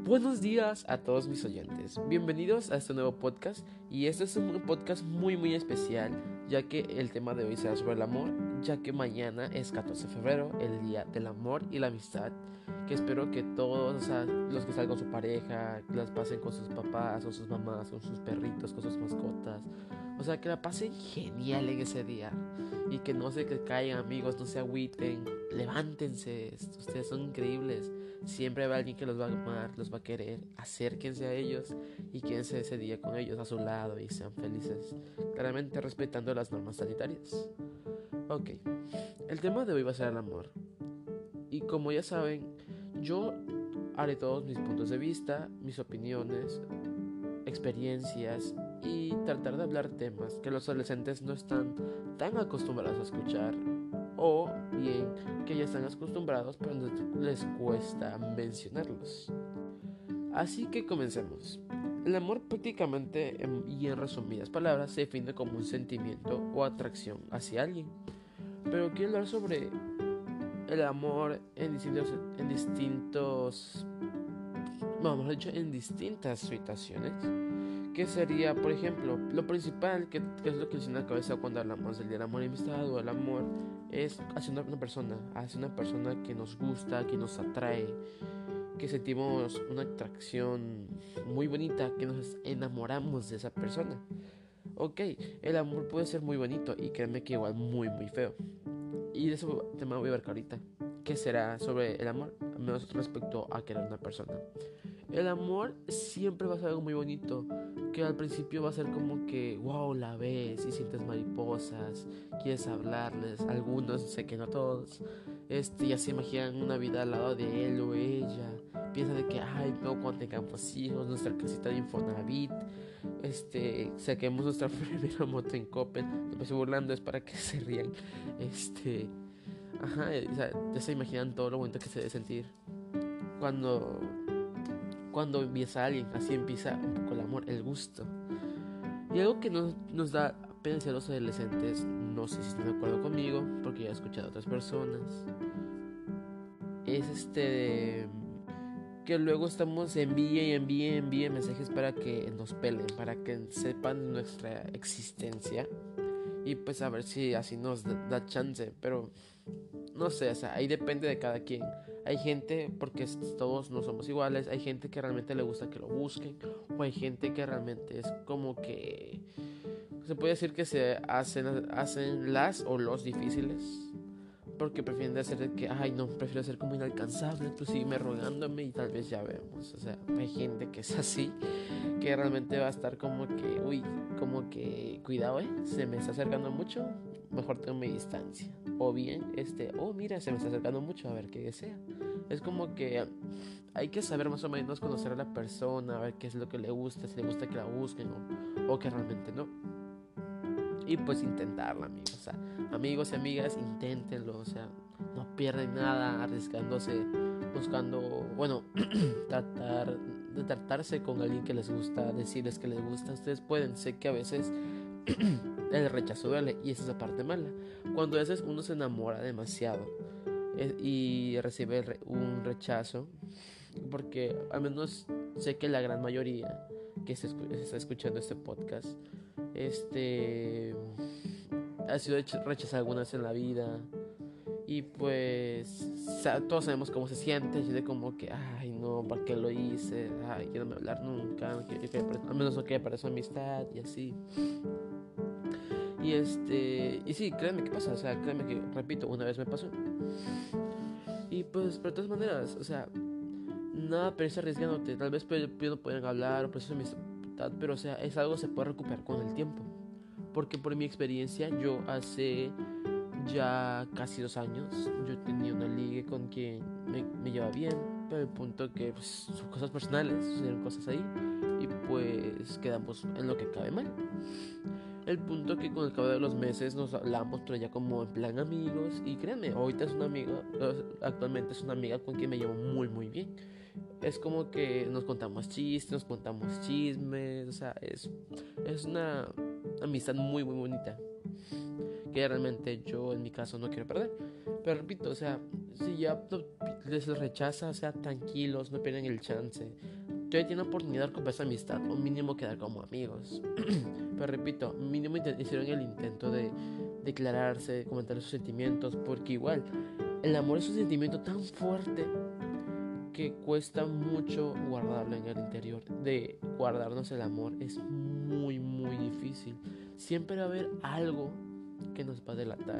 Buenos días a todos mis oyentes, bienvenidos a este nuevo podcast. Y este es un podcast muy especial, ya que el tema de hoy será sobre el amor, ya que mañana es 14 de febrero, el día del amor y la amistad, que espero que todos, los que salgan con su pareja, que las pasen con sus papás, con sus mamás, con sus perritos, con sus mascotas, que la pasen genial en ese día y que no se caigan, amigos, no se agüiten, levántense, ustedes son increíbles. Siempre va alguien que los va a amar, los va a querer. Acérquense a ellos y quédense ese día con ellos a su lado y sean felices, claramente respetando las normas sanitarias. Ok, el tema de hoy va a ser el amor. Y como ya saben, yo haré todos mis puntos de vista, mis opiniones, experiencias y tratar de hablar temas que los adolescentes no están tan acostumbrados a escuchar, o bien que ya están acostumbrados pero les cuesta mencionarlos. Así que comencemos. El amor prácticamente y en resumidas palabras se define como un sentimiento o atracción hacia alguien. Pero quiero hablar sobre el amor en distintas situaciones. Que sería, por ejemplo, lo principal, que es lo que nos viene a la cabeza cuando hablamos del día del amor y amistad o del amor, es hacia una persona que nos gusta, que nos atrae, que sentimos una atracción muy bonita, que nos enamoramos de esa persona. Ok, el amor puede ser muy bonito y créanme que igual muy feo. Y de eso tema voy a ver ahorita. ¿Qué será sobre el amor? Al menos respecto a querer a una persona. El amor siempre va a ser algo muy bonito, que al principio va a ser como que, wow, la ves y sientes mariposas, quieres hablarles, algunos, sé que no todos, ya se imaginan una vida al lado de él o ella, piensan de que, ay, no, cuando tengamos hijos, nuestra casita de Infonavit, saquemos nuestra primera moto en Coppel. Me estoy burlando, es para que se rían, ya se imaginan todo lo bonito que se debe sentir cuando empieza alguien. Así empieza un poco el amor, el gusto. Y algo que nos da pena a los adolescentes, no sé si están de acuerdo conmigo, porque ya he escuchado a otras personas, es que luego estamos envíe mensajes para que nos pelen, para que sepan nuestra existencia, y pues a ver si así nos da chance. Pero no sé, ahí depende de cada quien. Hay gente, porque todos no somos iguales, hay gente que realmente le gusta que lo busquen, o hay gente que realmente es como que se puede decir que se hacen las o los difíciles, porque prefieren hacer de que, ay no, prefiero ser como inalcanzable, tú sígueme rogándome y tal vez ya vemos. Hay gente que es así, que realmente va a estar como que, como que, cuidado, se me está acercando mucho, mejor tengo mi distancia. O bien, mira, se me está acercando mucho, a ver qué desea. Es como que hay que saber más o menos conocer a la persona, a ver qué es lo que le gusta, si le gusta que la busquen o que realmente no. Y pues intentarlo, amigos. Amigos y amigas, inténtenlo. No pierden nada arriesgándose, buscando, tratarse con alguien que les gusta, decirles que les gusta. Ustedes pueden, sé que a veces el rechazo duele, y esa es la parte mala. Cuando a veces uno se enamora demasiado y recibe un rechazo, porque al menos sé que la gran mayoría que se está escuchando este podcast ha sido rechazado alguna vez en la vida, y pues todos sabemos cómo se siente, así de como que, ay no, ¿para qué lo hice? Ay, quiero no hablar nunca, al menos no quiero para su amistad y así. Y sí, créanme que pasa, créanme que, repito, una vez me pasó. Y pues, pero de todas maneras, nada, pero arriesgándote. Tal vez no pueden hablar o proceso de amistad, pero es algo que se puede recuperar con el tiempo. Porque por mi experiencia, yo hace ya casi 2 años, yo tenía una ligue con quien me lleva bien, pero el punto que pues, son cosas personales, sucedieron cosas ahí, y pues quedamos en lo que cabe mal. El punto que con el cabo de los meses nos hablamos, pero ya como en plan amigos. Y créanme, ahorita actualmente es una amiga con quien me llevo muy bien. Es como que nos contamos chistes, nos contamos chismes. Es una amistad muy bonita, que realmente yo en mi caso no quiero perder. Pero repito, o sea, si ya les rechaza, o sea, tranquilos, no pierden el chance. Todavía tienen oportunidad de recuperar esa amistad, o mínimo quedar como amigos. Pero repito, mínimo hicieron el intento de declararse, de comentar sus sentimientos, porque igual, el amor es un sentimiento tan fuerte que cuesta mucho guardarlo en el interior. De guardarnos el amor es muy, muy difícil. Siempre va a haber algo que nos va a delatar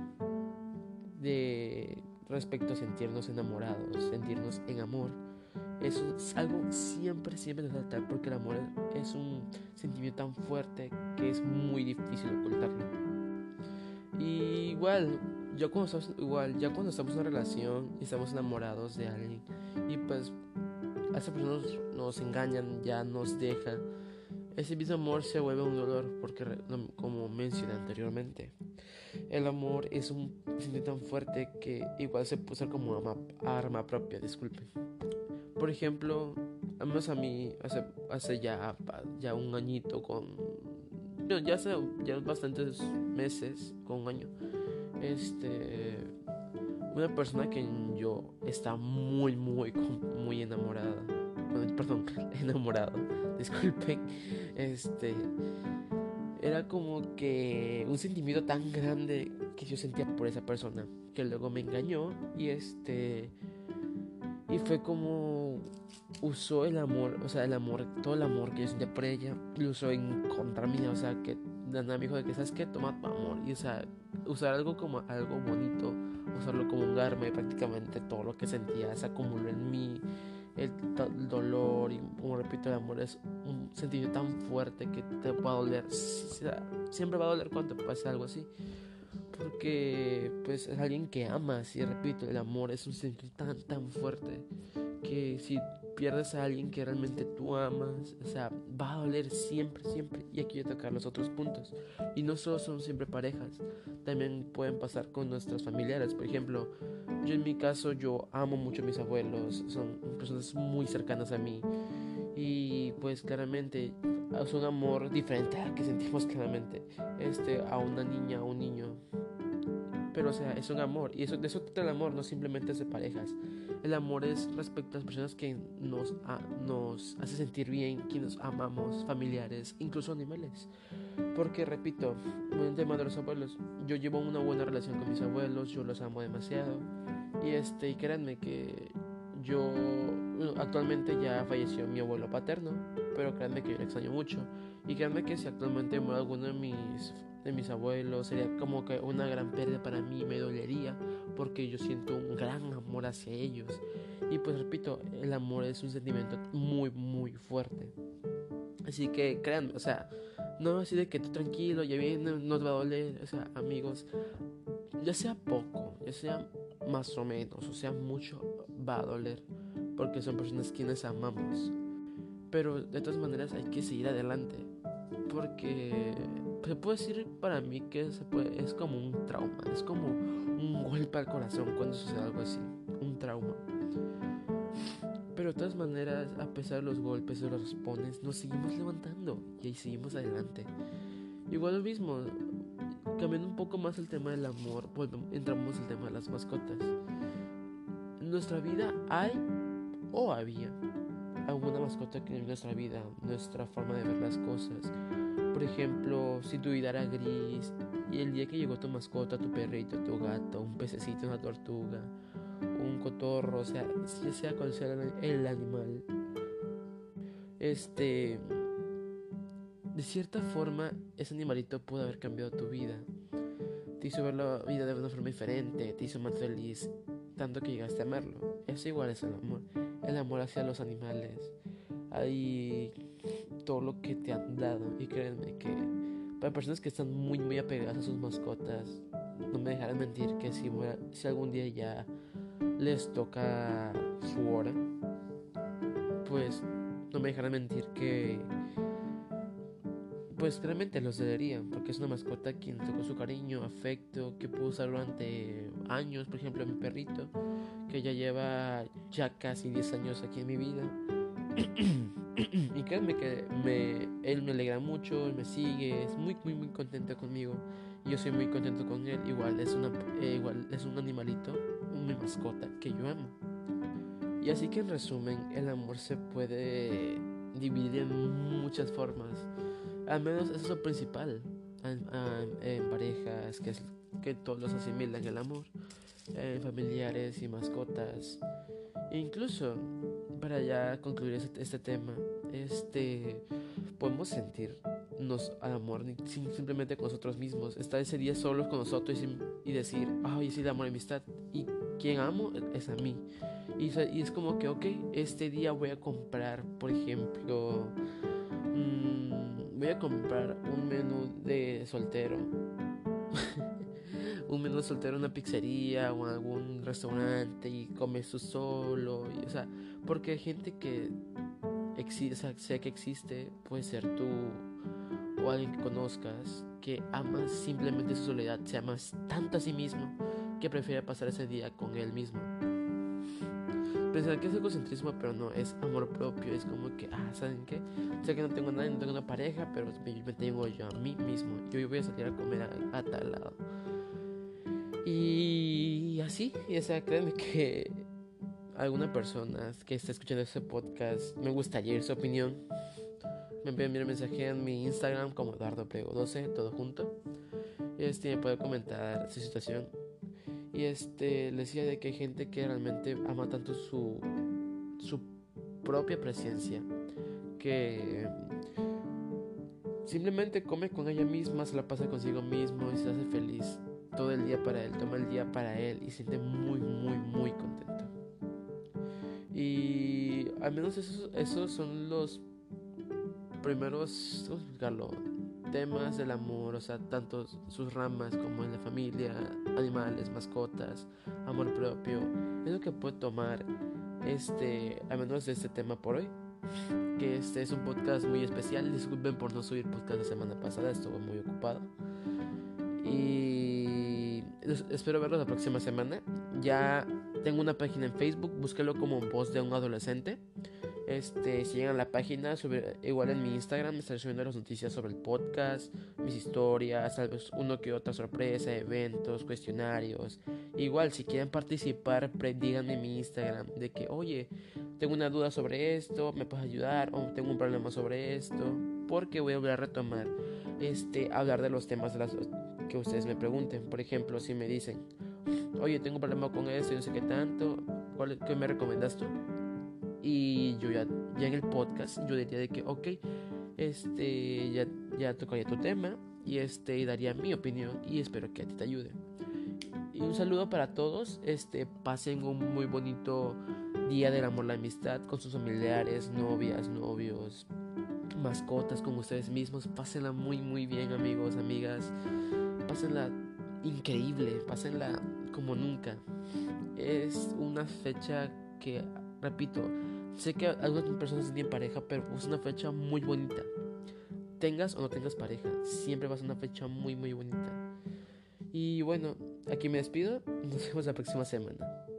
de respecto a sentirnos enamorados, sentirnos en amor. Eso es algo siempre, siempre nos va a delatar, porque el amor es un sentimiento tan fuerte que es muy difícil ocultarlo. Y igual, ya cuando estamos en una relación y estamos enamorados de alguien y pues a esa persona nos engañan, ya nos deja, ese mismo amor se vuelve un dolor porque, como mencioné anteriormente, el amor es un sentimiento tan fuerte que igual se puede usar como arma propia, disculpen. Por ejemplo, al menos a mí hace ya un añito ya bastantes meses, con un año, una persona que yo estaba muy enamorada, perdón, enamorado, disculpen, era como que un sentimiento tan grande que yo sentía por esa persona, que luego me engañó y fue como usó el amor, o sea, todo el amor que yo sentía por ella, lo usó en contra mía, o sea, que nada me dijo de que, ¿sabes qué? Toma tu amor. Y, o sea, usar algo como algo bonito, usarlo como un arma, y prácticamente todo lo que sentía se acumuló en mí. El dolor, y como repito, el amor es un sentimiento tan fuerte que te va a doler, o sea, siempre va a doler cuando te pase algo así, porque pues es alguien que amas. Y repito, el amor es un sentimiento tan fuerte que si pierdes a alguien que realmente tú amas, o sea, va a doler siempre. Y aquí voy a tocar los otros puntos. Y no solo son siempre parejas, también pueden pasar con nuestros familiares. Por ejemplo, yo en mi caso, yo amo mucho a mis abuelos, son personas muy cercanas a mí, y pues claramente es un amor diferente al que sentimos claramente a una niña, a un niño. Pero o sea, es un amor, y de eso trata el amor, no simplemente es de parejas. El amor es respecto a las personas que nos hace sentir bien, que nos amamos, familiares, incluso animales. Porque repito, en el tema de los abuelos, yo llevo una buena relación con mis abuelos, yo los amo demasiado. Y créanme que actualmente ya falleció mi abuelo paterno, pero créanme que yo lo extraño mucho. Y créanme que si actualmente muere alguno de mis abuelos, sería como que una gran pérdida para mí, me dolería, porque yo siento un gran amor hacia ellos. Y pues repito, el amor es un sentimiento muy fuerte. Así que créanme, o sea, no así de que tú tranquilo, ya viene, no te va a doler. O sea, amigos, ya sea poco, ya sea más o menos, o sea mucho, va a doler, porque son personas quienes amamos. Pero de todas maneras hay que seguir adelante, porque se puede decir para mí que es como un trauma, es como un golpe al corazón cuando sucede algo así, un trauma. Pero de todas maneras, a pesar de los golpes y los raspones, nos seguimos levantando y ahí seguimos adelante. Igual lo mismo, cambiando un poco más el tema del amor, entramos al tema de las mascotas. En nuestra vida hay o había alguna mascota que en nuestra vida, nuestra forma de ver las cosas. Por ejemplo, si tu vida era gris y el día que llegó tu mascota, tu perrito, tu gato, un pececito, una tortuga, un cotorro, o sea, ya sea cual sea el animal, de cierta forma ese animalito pudo haber cambiado tu vida, te hizo ver la vida de una forma diferente, te hizo más feliz, tanto que llegaste a amarlo. Eso igual es el amor hacia los animales. Hay todo lo que te han dado, y créanme que para personas que están muy apegadas a sus mascotas, no me dejarán mentir que si algún día ya les toca su hora, pues no me dejarán mentir que pues realmente los cederían, porque es una mascota quien tocó su cariño, afecto, que pudo usar durante años. Por ejemplo, mi perrito, que ya lleva ya casi 10 años aquí en mi vida. Y créanme que él me alegra mucho, él me sigue, es muy contento conmigo. Yo soy muy contento con él. Igual es un animalito, mi mascota que yo amo. Y así que en resumen, el amor se puede dividir en muchas formas. Al menos eso es lo principal en parejas, que es que todos asimilan el amor, en familiares y mascotas. Incluso, para ya concluir este tema, podemos sentirnos al amor simplemente con nosotros mismos. Estar ese día solos con nosotros y decir, ay, sí, el amor y amistad. Y quien amo es a mí. Y es como que, ok, este día voy a comprar, por ejemplo, voy a comprar un menú de soltero. Un menú de soltero en una pizzería o en algún restaurante y comes tú solo. O sea, porque hay gente que sé que existe, puede ser tú o alguien que conozcas, que ama simplemente su soledad, se ama tanto a sí mismo que prefiere pasar ese día con él mismo. Pensar que es egocentrismo, pero no, es amor propio. Es como que, ¿saben qué? Sé que no tengo nadie, no tengo una pareja, pero me tengo yo a mí mismo. Yo voy a salir a comer a tal lado. Y así, o sea, créanme que alguna persona que está escuchando este podcast me gustaría oír su opinión. Me pueden enviar un mensaje en mi Instagram como Eduardo Prego 12, todo junto. Y me puede comentar su situación. Y le decía de que hay gente que realmente ama tanto su propia presencia, que simplemente come con ella misma, se la pasa consigo mismo y se hace feliz todo el día para él, toma el día para él y se siente muy, muy, muy contento. Y al menos esos son los primeros, ¿cómo explicarlo?, temas del amor, o sea, tanto sus ramas como en la familia, animales, mascotas, amor propio. Es lo que puedo tomar al menos de este tema por hoy, que es un podcast muy especial. Disculpen por no subir podcast la semana pasada, estuve muy ocupado. Y espero verlos la próxima semana. Ya tengo una página en Facebook, búsquelo como Voz de un Adolescente. Si llegan a la página, igual en mi Instagram estaré subiendo las noticias sobre el podcast, mis historias, tal vez uno que otra sorpresa, eventos, cuestionarios. Igual si quieren participar, díganme en mi Instagram de que, oye, tengo una duda sobre esto, me puedes ayudar, o tengo un problema sobre esto, porque voy a volver a retomar hablar de los temas que ustedes me pregunten. Por ejemplo, si me dicen, oye, tengo un problema con esto y no sé qué tanto, ¿qué me recomiendas tú? Y yo ya en el podcast yo diría de que ok, ya tocaría tu tema y daría mi opinión y espero que a ti te ayude. Y un saludo para todos, pasen un muy bonito día del amor, la amistad con sus familiares, novias, novios, mascotas, con ustedes mismos. Pásenla muy muy bien, amigos, amigas. Pásenla increíble, pásenla como nunca. Es una fecha que, repito, sé que algunas personas tienen pareja, pero es una fecha muy bonita. Tengas o no tengas pareja, siempre va a ser una fecha muy muy bonita. Y bueno, aquí me despido. Nos vemos la próxima semana.